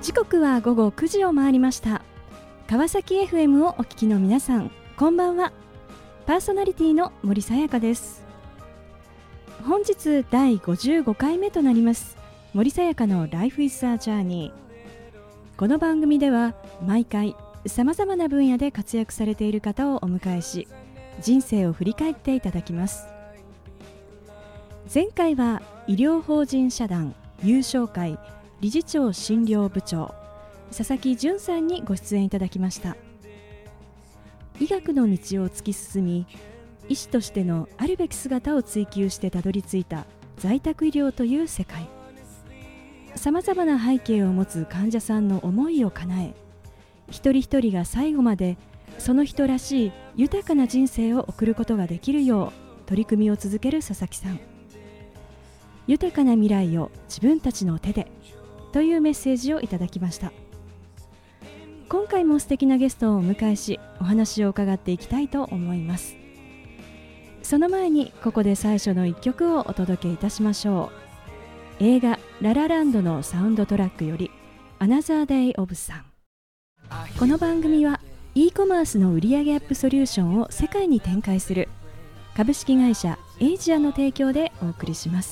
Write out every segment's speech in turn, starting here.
時刻は午後9時を回りました。川崎 FM をお聞きの皆さん、こんばんは。パーソナリティの森さやかです。本日第55回目となります森さやかの Life is a Journey。 この番組では毎回さまざまな分野で活躍されている方をお迎えし、人生を振り返っていただきます。前回は医療法人社団優勝会理事長診療部長佐々木淳さんにご出演いただきました。医学の道を突き進み、医師としてのあるべき姿を追求してたどり着いた在宅医療という世界。さまざまな背景を持つ患者さんの思いを叶え、一人一人が最後までその人らしい豊かな人生を送ることができるよう取り組みを続ける佐々木さん。豊かな未来を自分たちの手でというメッセージをいただきました。今回も素敵なゲストをお迎えし、お話を伺っていきたいと思います。その前にここで最初の一曲をお届けいたしましょう。映画ララランドのサウンドトラックより Another Day of Sun。 この番組は e コマースの売上アップソリューションを世界に展開する株式会社エイジアの提供でお送りします。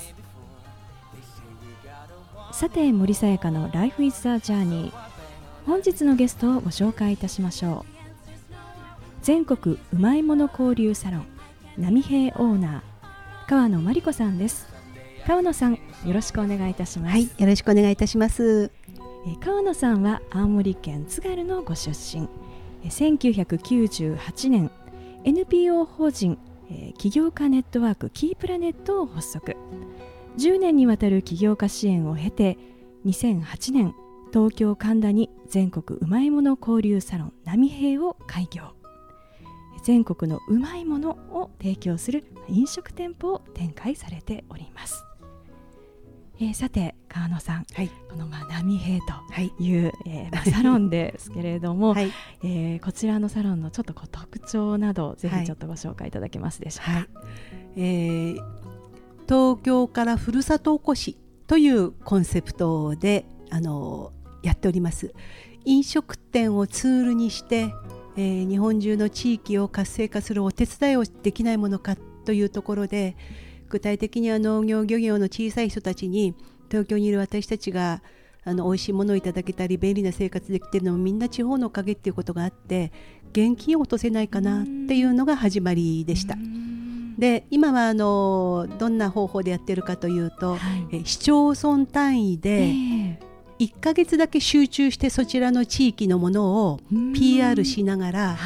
さて、森さやかの Life is a Journey、 本日のゲストをご紹介いたしましょう。全国うまいもの交流サロン波平オーナー川野真理子さんです。川野さん、よろしくお願いいたします。 はい、よろしくお願いいたします。 川野さんは青森県津軽のご出身。1998年 NPO 法人起業家ネットワークキープラネットを発足。10年にわたる起業家支援を経て、2008年東京神田に全国うまいもの交流サロン波平を開業。全国のうまいものを提供する飲食店舗を展開されております。さて川野さん、はい、この波平という、サロンですけれども、はい、こちらのサロンのちょっと特徴などぜひちょっとご紹介いただけますでしょうか。 はい、東京からふるさとおこしというコンセプトでやっております。飲食店をツールにして、日本中の地域を活性化するお手伝いをできないものかというところで、具体的には農業漁業の小さい人たちに、東京にいる私たちが美味しいものをいただけたり便利な生活できているのもみんな地方のおかげっていうことがあって、現金を落とせないかなっていうのが始まりでした。で、今はどんな方法でやってるかというと、市町村単位で1ヶ月だけ集中してそちらの地域のものを PR しながら、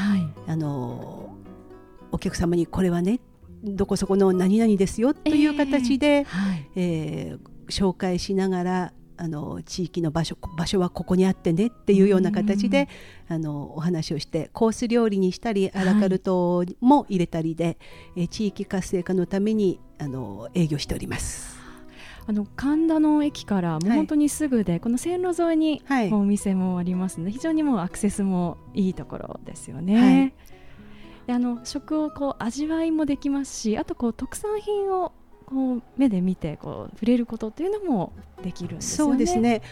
お客様にこれはねどこそこの何々ですよという形で、紹介しながら地域の場所はここにあってねっていうような形でお話をして、コース料理にしたりアラカルトも入れたりで、地域活性化のために営業しております。 神田の駅からもう本当にすぐで、この線路沿いにお店もありますので、非常にもうアクセスもいいところですよね。で食を味わいもできますし、あと特産品を目で見て触れることっていうのもできるんですよね。 そうですね。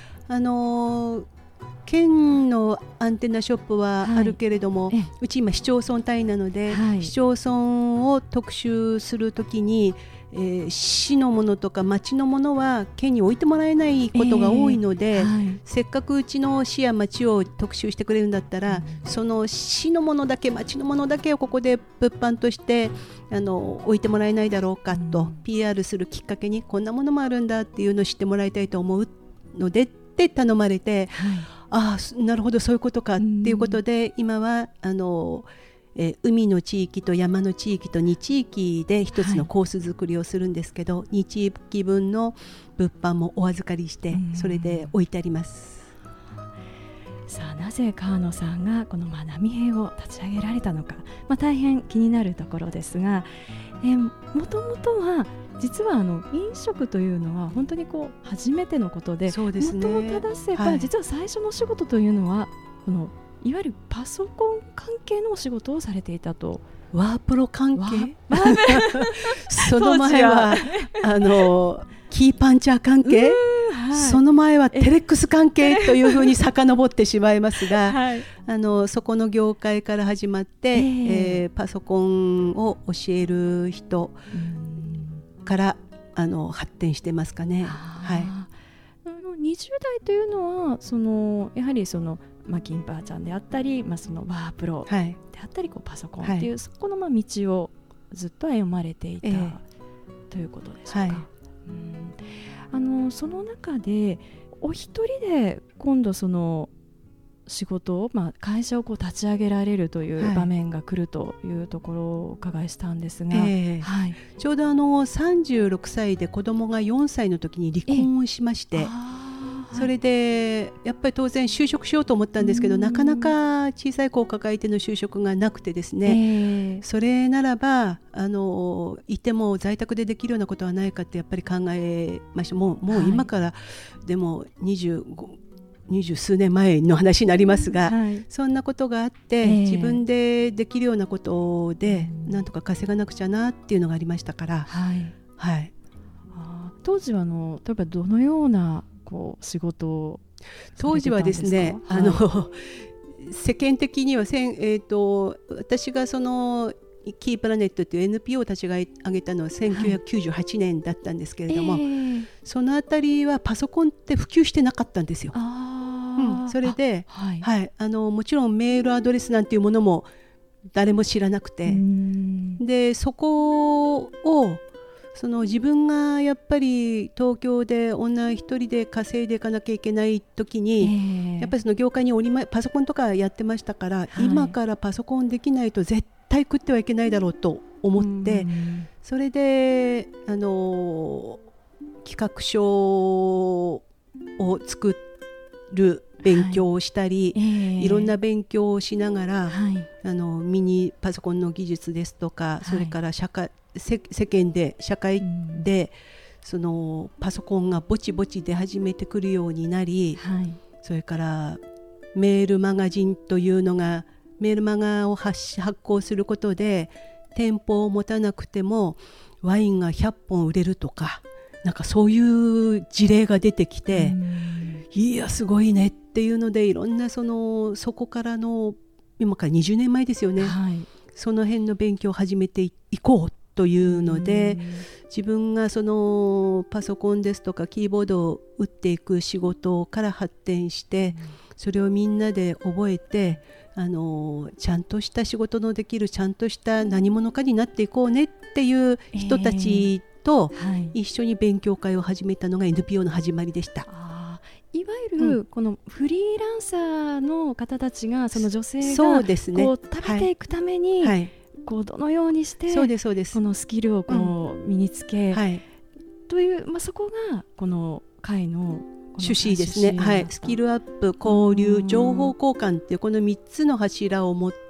県のアンテナショップはあるけれども、うち今市町村単位なので、市町村を特集するときに、市のものとか町のものは県に置いてもらえないことが多いので、せっかくうちの市や町を特集してくれるんだったら、その市のものだけ町のものだけをここで物販として置いてもらえないだろうかと、PR するきっかけにこんなものもあるんだっていうのを知ってもらいたいと思うのでって頼まれて、なるほどそういうことかっていうことで、今は海の地域と山の地域と2地域で一つのコース作りをするんですけど、2地域分の物販もお預かりしてそれで置いてあります。 さあ、なぜ川野さんがこの波平を立ち上げられたのか、大変気になるところですが、もともとは実は飲食というのは本当に初めてのことで、 そうですね、 元を正せば、実は最初のお仕事というのはいわゆるパソコン関係のお仕事をされていたと。 ワープロ関係その前はキーパンチャー関係その前はテレックス関係というふうに遡ってしまいますが、はい、そこの業界から始まって、パソコンを教える人から発展してますかね。はい、 20代というのはやはりキンパーちゃんであったり、そのワープロであったり、パソコンっていう、そこの道をずっと歩まれていた、ということでしょうか。はい、その中でお一人で今度仕事を、会社を立ち上げられるという場面が来るというところをお伺いしたんですが、はい、 ちょうど36歳で子供が4歳の時に離婚をしまして、それでやっぱり当然就職しようと思ったんですけど、なかなか小さい子を抱えての就職がなくてですね、それならばいても在宅でできるようなことはないかってやっぱり考えました。もう今から、でも20数年前の話になりますが、そんなことがあって、自分でできるようなことでなんとか稼がなくちゃなっていうのがありましたから、 当時は例えばどのような仕事を当時はですね、世間的には私がキープラネットという NPO を立ち上げたのは1998年だったんですけれども、そのあたりはパソコンって普及してなかったんですよ。それで、もちろんメールアドレスなんていうものも誰も知らなくて、でそこを自分がやっぱり東京で女一人で稼いでいかなきゃいけない時に、やっぱりその業界にパソコンとかやってましたから、今からパソコンできないと絶対食ってはいけないだろうと思って、それで企画書を作る勉強をしたり、いろんな勉強をしながら、ミニパソコンの技術ですとか、それから世間で社会でパソコンがぼちぼち出始めてくるようになり、それからメールマガジンというのがメールマガを発行することで店舗を持たなくてもワインが100本売れるとか、なんかそういう事例が出てきて、いやすごいねっていうので、いろんなそこからの今から20年前ですよね、その辺の勉強を始めていこうというので、自分がパソコンですとかキーボードを打っていく仕事から発展して、それをみんなで覚えてちゃんとした仕事のできるちゃんとした何者かになっていこうねっていう人たちと一緒に勉強会を始めたのが NPO の始まりでした。 いわゆるこのフリーランサーの方たちが、その女性が食べていくためにどのようにしてそのスキルを身につけという、そこがこの会の趣旨ですね。スキルアップ、交流、情報交換っていうこの3つの柱を持って、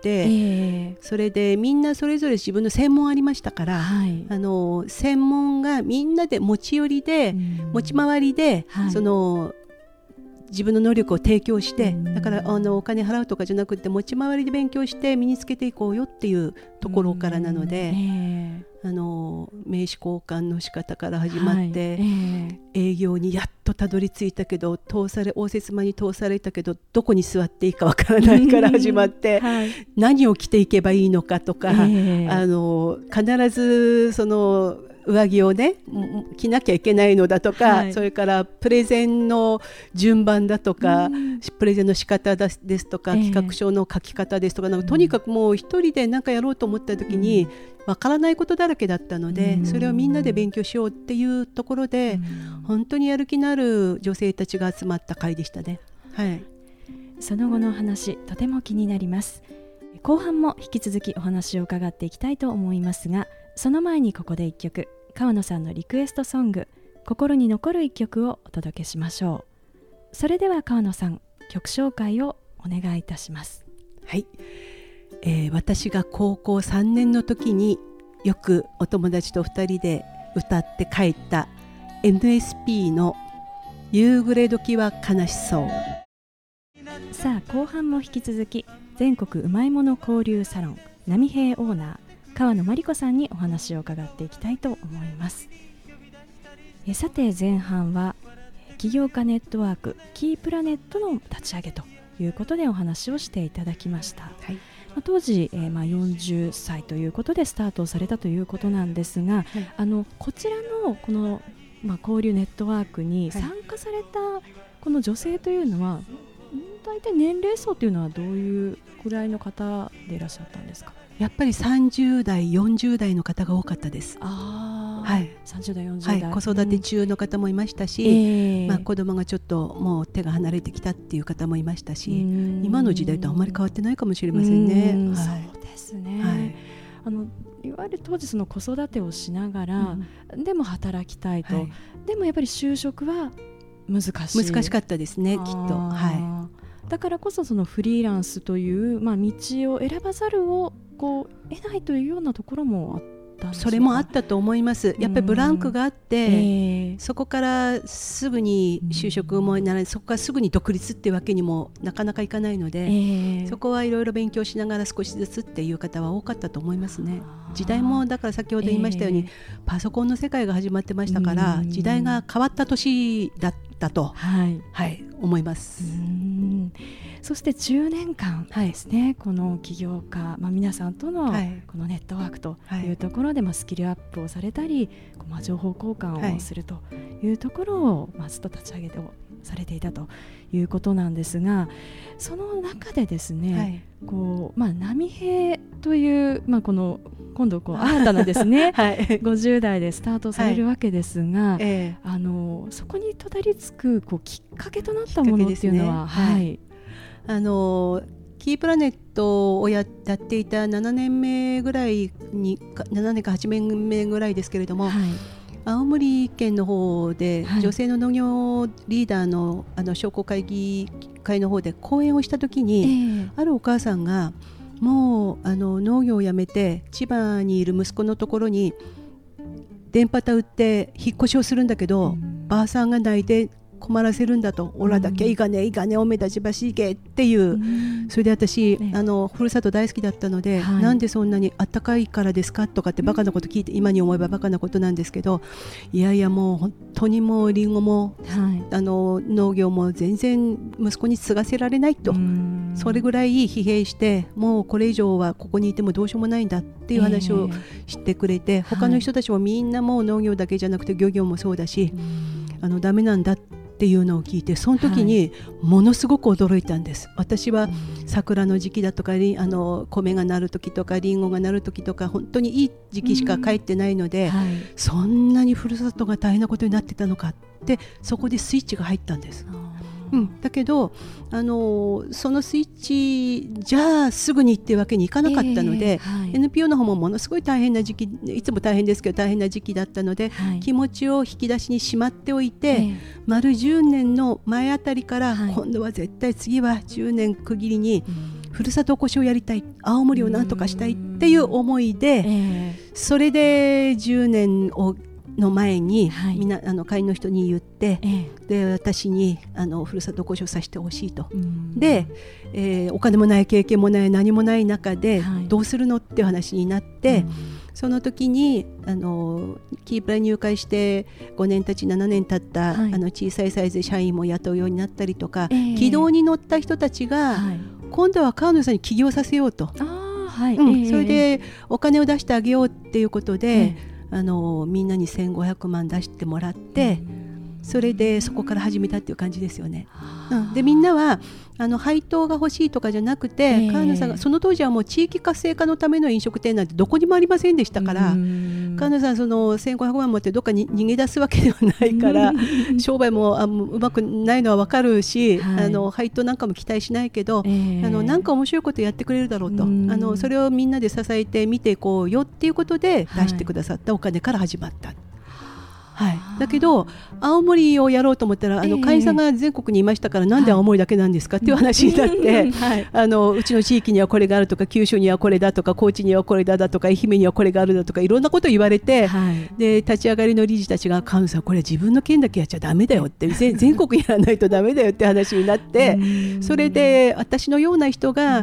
それでみんなそれぞれ自分の専門ありましたから、専門がみんなで持ち寄りで、持ち回りで、自分の能力を提供して、だからお金払うとかじゃなくて持ち回りで勉強して身につけていこうよっていうところからなので、名刺交換の仕方から始まって、営業にやっとたどり着いたけど応接間に通されたけどどこに座っていいかわからないから始まって、何を着ていけばいいのかとか、必ず上着をね着なきゃいけないのだとか、それからプレゼンの順番だとか、プレゼンの仕方ですとか、企画書の書き方ですとか、とにかくもう一人で何かやろうと思った時にわからないことだらけだったので、それをみんなで勉強しようっていうところで、本当にやる気のある女性たちが集まった会でしたね。 その後の話、とても気になります。後半も引き続きお話を伺っていきたいと思いますが、その前にここで一曲、川野さんのリクエストソング、心に残る一曲をお届けしましょう。それでは川野さん、曲紹介をお願いいたします。 私が高校3年の時によくお友達と2人で歌って帰った NSP の夕暮れ時は悲しそう。 さあ後半も引き続き、全国うまいもの交流サロン波平オーナー川野真理子さんにお話を伺っていきたいと思います。さて前半は起業家ネットワークキープラネットの立ち上げということでお話をしていただきました。はい、当時、40歳ということでスタートをされたということなんですが、はい、こちらのこの、交流ネットワークに参加されたこの女性というのは、大体年齢層というのはどういうくらいの方でいらっしゃったんですか？ やっぱり30代40代の方が多かったです。 はい、30代40代、 子育て中の方もいましたし、子供がちょっともう手が離れてきたっていう方もいましたし、今の時代とあんまり変わってないかもしれませんね。 そうですね、いわゆる当時その子育てをしながら、でも働きたいと、でもやっぱり就職は難しかったですね、きっと。だからこそそのフリーランスという、道を選ばざるを得ないというようなところもあったんでしょうか？それもあったと思います。 やっぱりブランクがあって、そこからすぐに就職もならない、そこからすぐに独立っていうわけにもなかなかいかないので、そこはいろいろ勉強しながら少しずつっていう方は多かったと思いますね。時代もだから先ほど言いましたように、パソコンの世界が始まってましたから、時代が変わった年だったと、思います。 そして10年間ですね、この起業家、皆さんとのこのネットワークというところで、スキルアップをされたり、情報交換をするというところをずっと立ち上げてされていたということなんですが、その中でですね、波平という、この今度新たなですね、50代でスタートされるわけですが、そこにたどり着くきっかけとなったものっていうのは、 キープラネットをやっていた7年目ぐらいに、7年か8年目ぐらいですけれども、青森県の方で女性の農業リーダーの商工会議会の方で講演をしたときに、あるお母さんがもう農業をやめて千葉にいる息子のところに電波塔売って引っ越しをするんだけど、ばあさんが泣いて困らせるんだと、オラだけいいかねおめだちばしいけっていう、それで私ふるさと大好きだったので、なんでそんなにあったかいからですかとかってバカなこと聞いて、今に思えばバカなことなんですけど、いやいやもう本当にもうリンゴも、農業も全然息子に継がせられないと、それぐらい疲弊して、もうこれ以上はここにいてもどうしようもないんだっていう話をしてくれて、他の人たちもみんなもう農業だけじゃなくて漁業もそうだし、ダメなんだっていうのを聞いて、その時にものすごく驚いたんです。私は桜の時期だとか、米がなる時とかリンゴがなる時とか、本当にいい時期しか帰ってないので、そんなにふるさとが大変なことになってたのかって、そこでスイッチが入ったんです。だけどそのスイッチじゃあすぐにっていうわけにいかなかったので、NPO の方もものすごい大変な時期、いつも大変ですけど大変な時期だったので、気持ちを引き出しにしまっておいて、丸10年の前あたりから、今度は絶対次は10年区切りにふるさとおこしをやりたい、青森をなんとかしたいっていう思いで、それで10年の前にみんな会員の人に言って、で私にふるさとおこしをさせてほしいと、で、お金もない経験もない何もない中でどうするのっていう話になって、その時にキープラに入会して5年経ち7年経った、小さいサイズで社員も雇うようになったりとか、軌道に乗った人たちが、今度は川野さんに起業させようと、それでお金を出してあげようっていうことで、みんなに1500万出してもらって、それでそこから始めたっていう感じですよね。でみんなは配当が欲しいとかじゃなくて、川野さんがその当時はもう地域活性化のための飲食店なんてどこにもありませんでしたから、川野さんその1500万持ってどっかに逃げ出すわけではないから商売もうまくないのは分かるし、配当なんかも期待しないけど、なんか面白いことやってくれるだろうと、それをみんなで支えて見ていこうよっていうことで出してくださったお金から始まった。だけど青森をやろうと思ったら会員さんが全国にいましたから、なんで青森だけなんですかっていう話になって、うちの地域にはこれがあるとか、九州にはこれだとか、高知にはこれだとか、愛媛にはこれがあるだとか、いろんなことを言われて、で立ち上がりの理事たちが、川野さんこれ自分の県だけやっちゃダメだよって、全国やらないとダメだよって話になって、それで私のような人が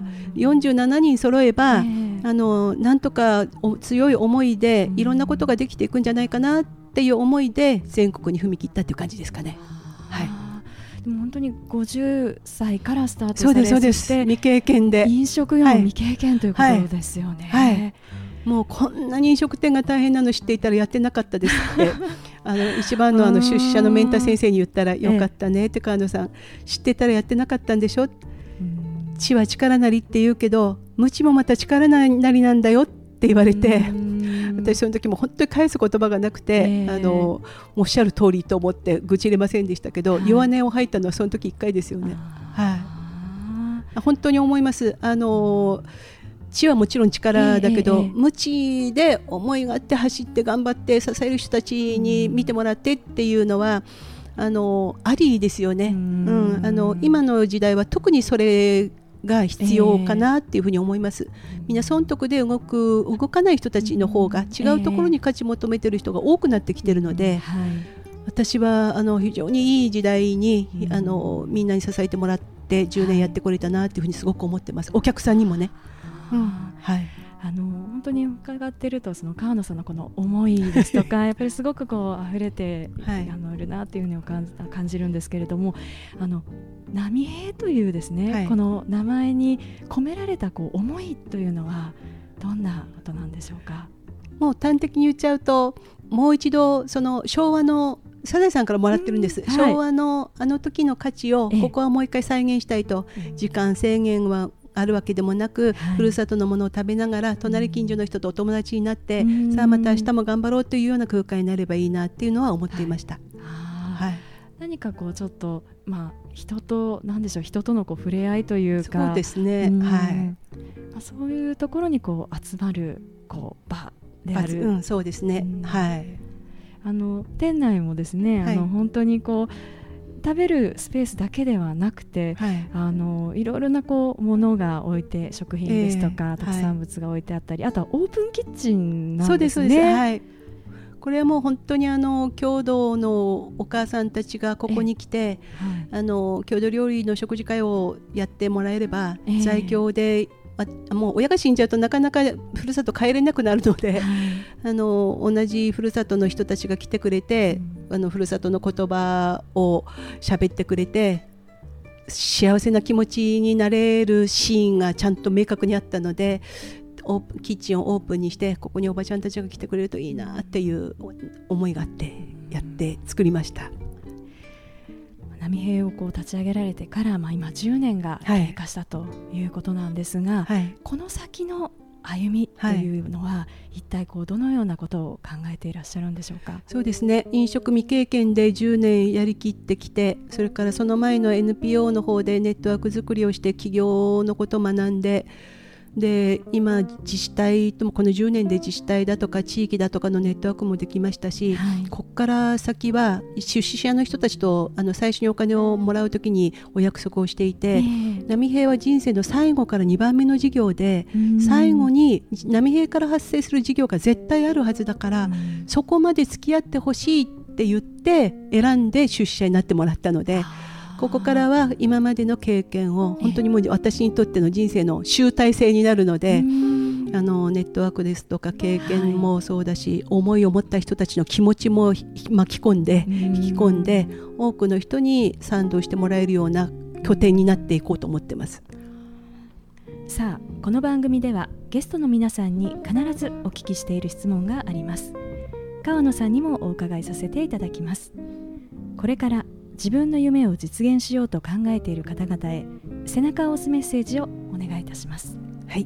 47人揃えば、なんとか強い思いでいろんなことができていくんじゃないかなっていう思いで全国に踏み切ったっていう感じですかね。 でも本当に50歳からスタートされて、 そうです未経験で飲食業未経験ということですよね。 はいはい、もうこんなに飲食店が大変なの知っていたらやってなかったですって一番の出社のメンター先生に言ったらよかったねって、川野さん知ってたらやってなかったんでしょ、知は力なりって言うけど無知もまた力なりなんだよって言われて、私その時も本当に返す言葉がなくて、おっしゃる通りと思って愚痴れませんでしたけど、弱音を吐いたのはその時1回ですよね。本当に思います。知はもちろん力だけど、無知で思いがあって走って頑張って支える人たちに見てもらってっていうのはありですよね。今の時代は特にそれが必要かなっていうふうに思います。みんな損得で動かない人たちの方が違うところに価値求めてる人が多くなってきてるので、私は非常にいい時代にみんなに支えてもらって10年やってこれたなっていうふうにすごく思ってます。お客さんにもね。 本当に伺っているとその川野さんのこの思いですとかやっぱりすごくこう溢れているなっていうふうに感じるんですけれども、波平というですね、この名前に込められたこう思いというのはどんなことなんでしょうか。 もう端的に言っちゃうと、もう一度その昭和のサザエさんからもらってるんです。昭和の時の価値をここはもう一回再現したいと。時間制限はあるわけでもなく、ふるさとのものを食べながら隣近所の人とお友達になって、さあまた明日も頑張ろうというような空間になればいいなっていうのは思っていました。 何かこうちょっと、人と何でしょう、人とのこう触れ合いというか、 そうですね、 そういうところにこう集まるこう場である、 そうですね、 店内もですね、本当にこう食べるスペースだけではなくて、いろいろなこうものが置いて、食品ですとか、特産物が置いてあったり、あとはオープンキッチンなんですね。そうです、 これはもう本当に郷土のお母さんたちがここに来て、郷土料理の食事会をやってもらえれば、在京でもう親が死んじゃうとなかなかふるさと帰れなくなるので、同じふるさとの人たちが来てくれて、ふるさとの言葉を喋ってくれて幸せな気持ちになれるシーンがちゃんと明確にあったので、キッチンをオープンにしてここにおばちゃんたちが来てくれるといいなっていう思いがあってやって作りました。 波平をこう立ち上げられてから、今10年が経過したということなんですが、この先の歩みというのは、一体こうどのようなことを考えていらっしゃるんでしょうか。 そうですね、飲食未経験で10年やりきってきて、それからその前の NPO の方でネットワーク作りをして企業のことを学んで、で今自治体ともこの10年で自治体だとか地域だとかのネットワークもできましたし、ここから先は出資者の人たちと最初にお金をもらうときにお約束をしていて、波平は人生の最後から2番目の事業で、最後に波平から発生する事業が絶対あるはずだから、そこまで付き合ってほしいって言って選んで出資者になってもらったので、ここからは今までの経験を本当にもう私にとっての人生の集大成になるので、ネットワークですとか経験もそうだし、思いを持った人たちの気持ちも巻き込んで引き込んで、多くの人に賛同してもらえるような拠点になっていこうと思ってます。 さあ、この番組ではゲストの皆さんに必ずお聞きしている質問があります。川野さんにもお伺いさせていただきます。これから自分の夢を実現しようと考えている方々へ背中を押すメッセージをお願いいたします。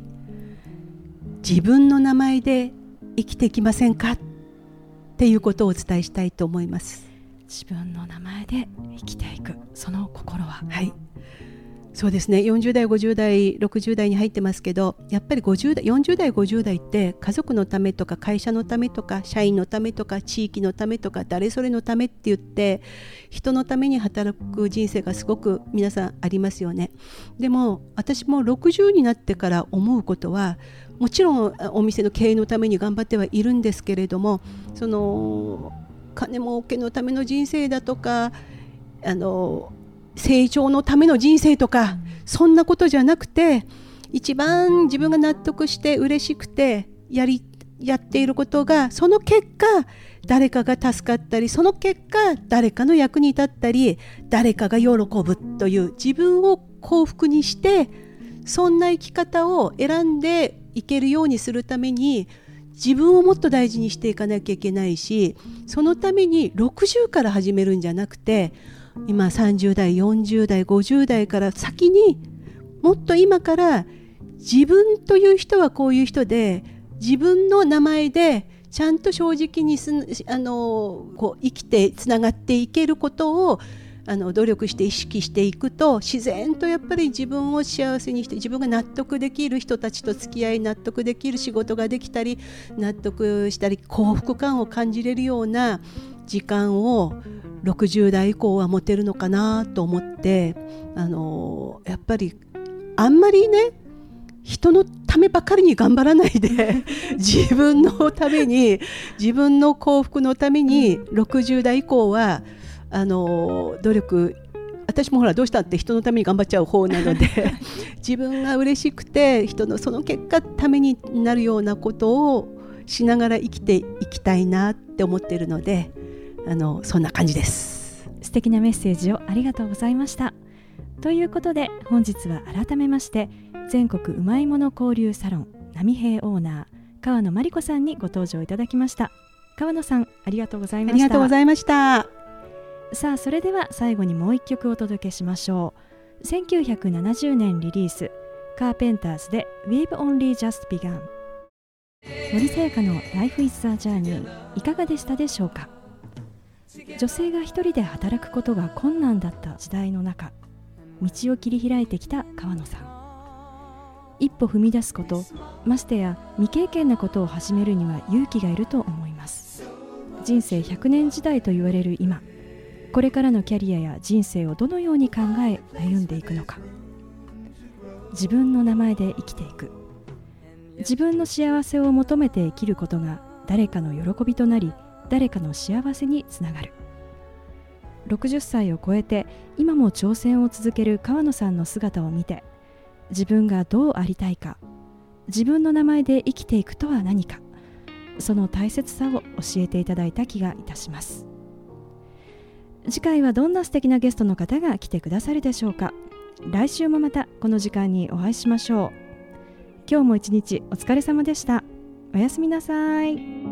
自分の名前で生きていきませんかっていうことをお伝えしたいと思います。 自分の名前で生きていく、その心は。 そうですね、40代50代60代に入ってますけど、やっぱり40代50代って家族のためとか会社のためとか社員のためとか地域のためとか誰それのためって言って人のために働く人生がすごく皆さんありますよね。でも私も60になってから思うことは、もちろんお店の経営のために頑張ってはいるんですけれども、その金儲けのための人生だとか成長のための人生とか、そんなことじゃなくて、一番自分が納得して嬉しくてやっていることが、その結果誰かが助かったり、その結果誰かの役に立ったり、誰かが喜ぶという自分を幸福にして、そんな生き方を選んでいけるようにするために自分をもっと大事にしていかなきゃいけないし、そのために60から始めるんじゃなくて、今30代40代50代から先にもっと今から自分という人はこういう人で、自分の名前でちゃんと正直にこう生きてつながっていけることを努力して意識していくと、自然とやっぱり自分を幸せにして、自分が納得できる人たちと付き合い、納得できる仕事ができたり、納得したり幸福感を感じれるような時間を60代以降は持てるのかなと思って、やっぱりあんまりね、人のためばかりに頑張らないで自分のために、自分の幸福のために60代以降は努力、私もほらどうしたって人のために頑張っちゃう方なので自分が嬉しくて人のその結果ためになるようなことをしながら生きていきたいなって思っているので、そんな感じです。 素敵なメッセージをありがとうございました。ということで本日は改めまして全国うまいもの交流サロン波平オーナー川野真理子さんにご登場いただきました。川野さん、ありがとうございました。 ありがとうございました。 さあ、それでは最後にもう一曲お届けしましょう。1970年リリース、カーペンターズで We've Only Just Begun。 森さやかの Life is a Journey、 いかがでしたでしょうか。女性が一人で働くことが困難だった時代の中、道を切り開いてきた川野さん。一歩踏み出すこと、ましてや未経験なことを始めるには勇気がいると思います。人生100年時代と言われる今、これからのキャリアや人生をどのように考え歩んでいくのか。自分の名前で生きていく、自分の幸せを求めて生きることが誰かの喜びとなり、誰かの幸せにつながる。60歳を超えて今も挑戦を続ける川野さんの姿を見て、自分がどうありたいか、自分の名前で生きていくとは何か、その大切さを教えていただいた気がいたします。次回はどんな素敵なゲストの方が来てくださるでしょうか。来週もまたこの時間にお会いしましょう。今日も一日お疲れ様でした。おやすみなさい。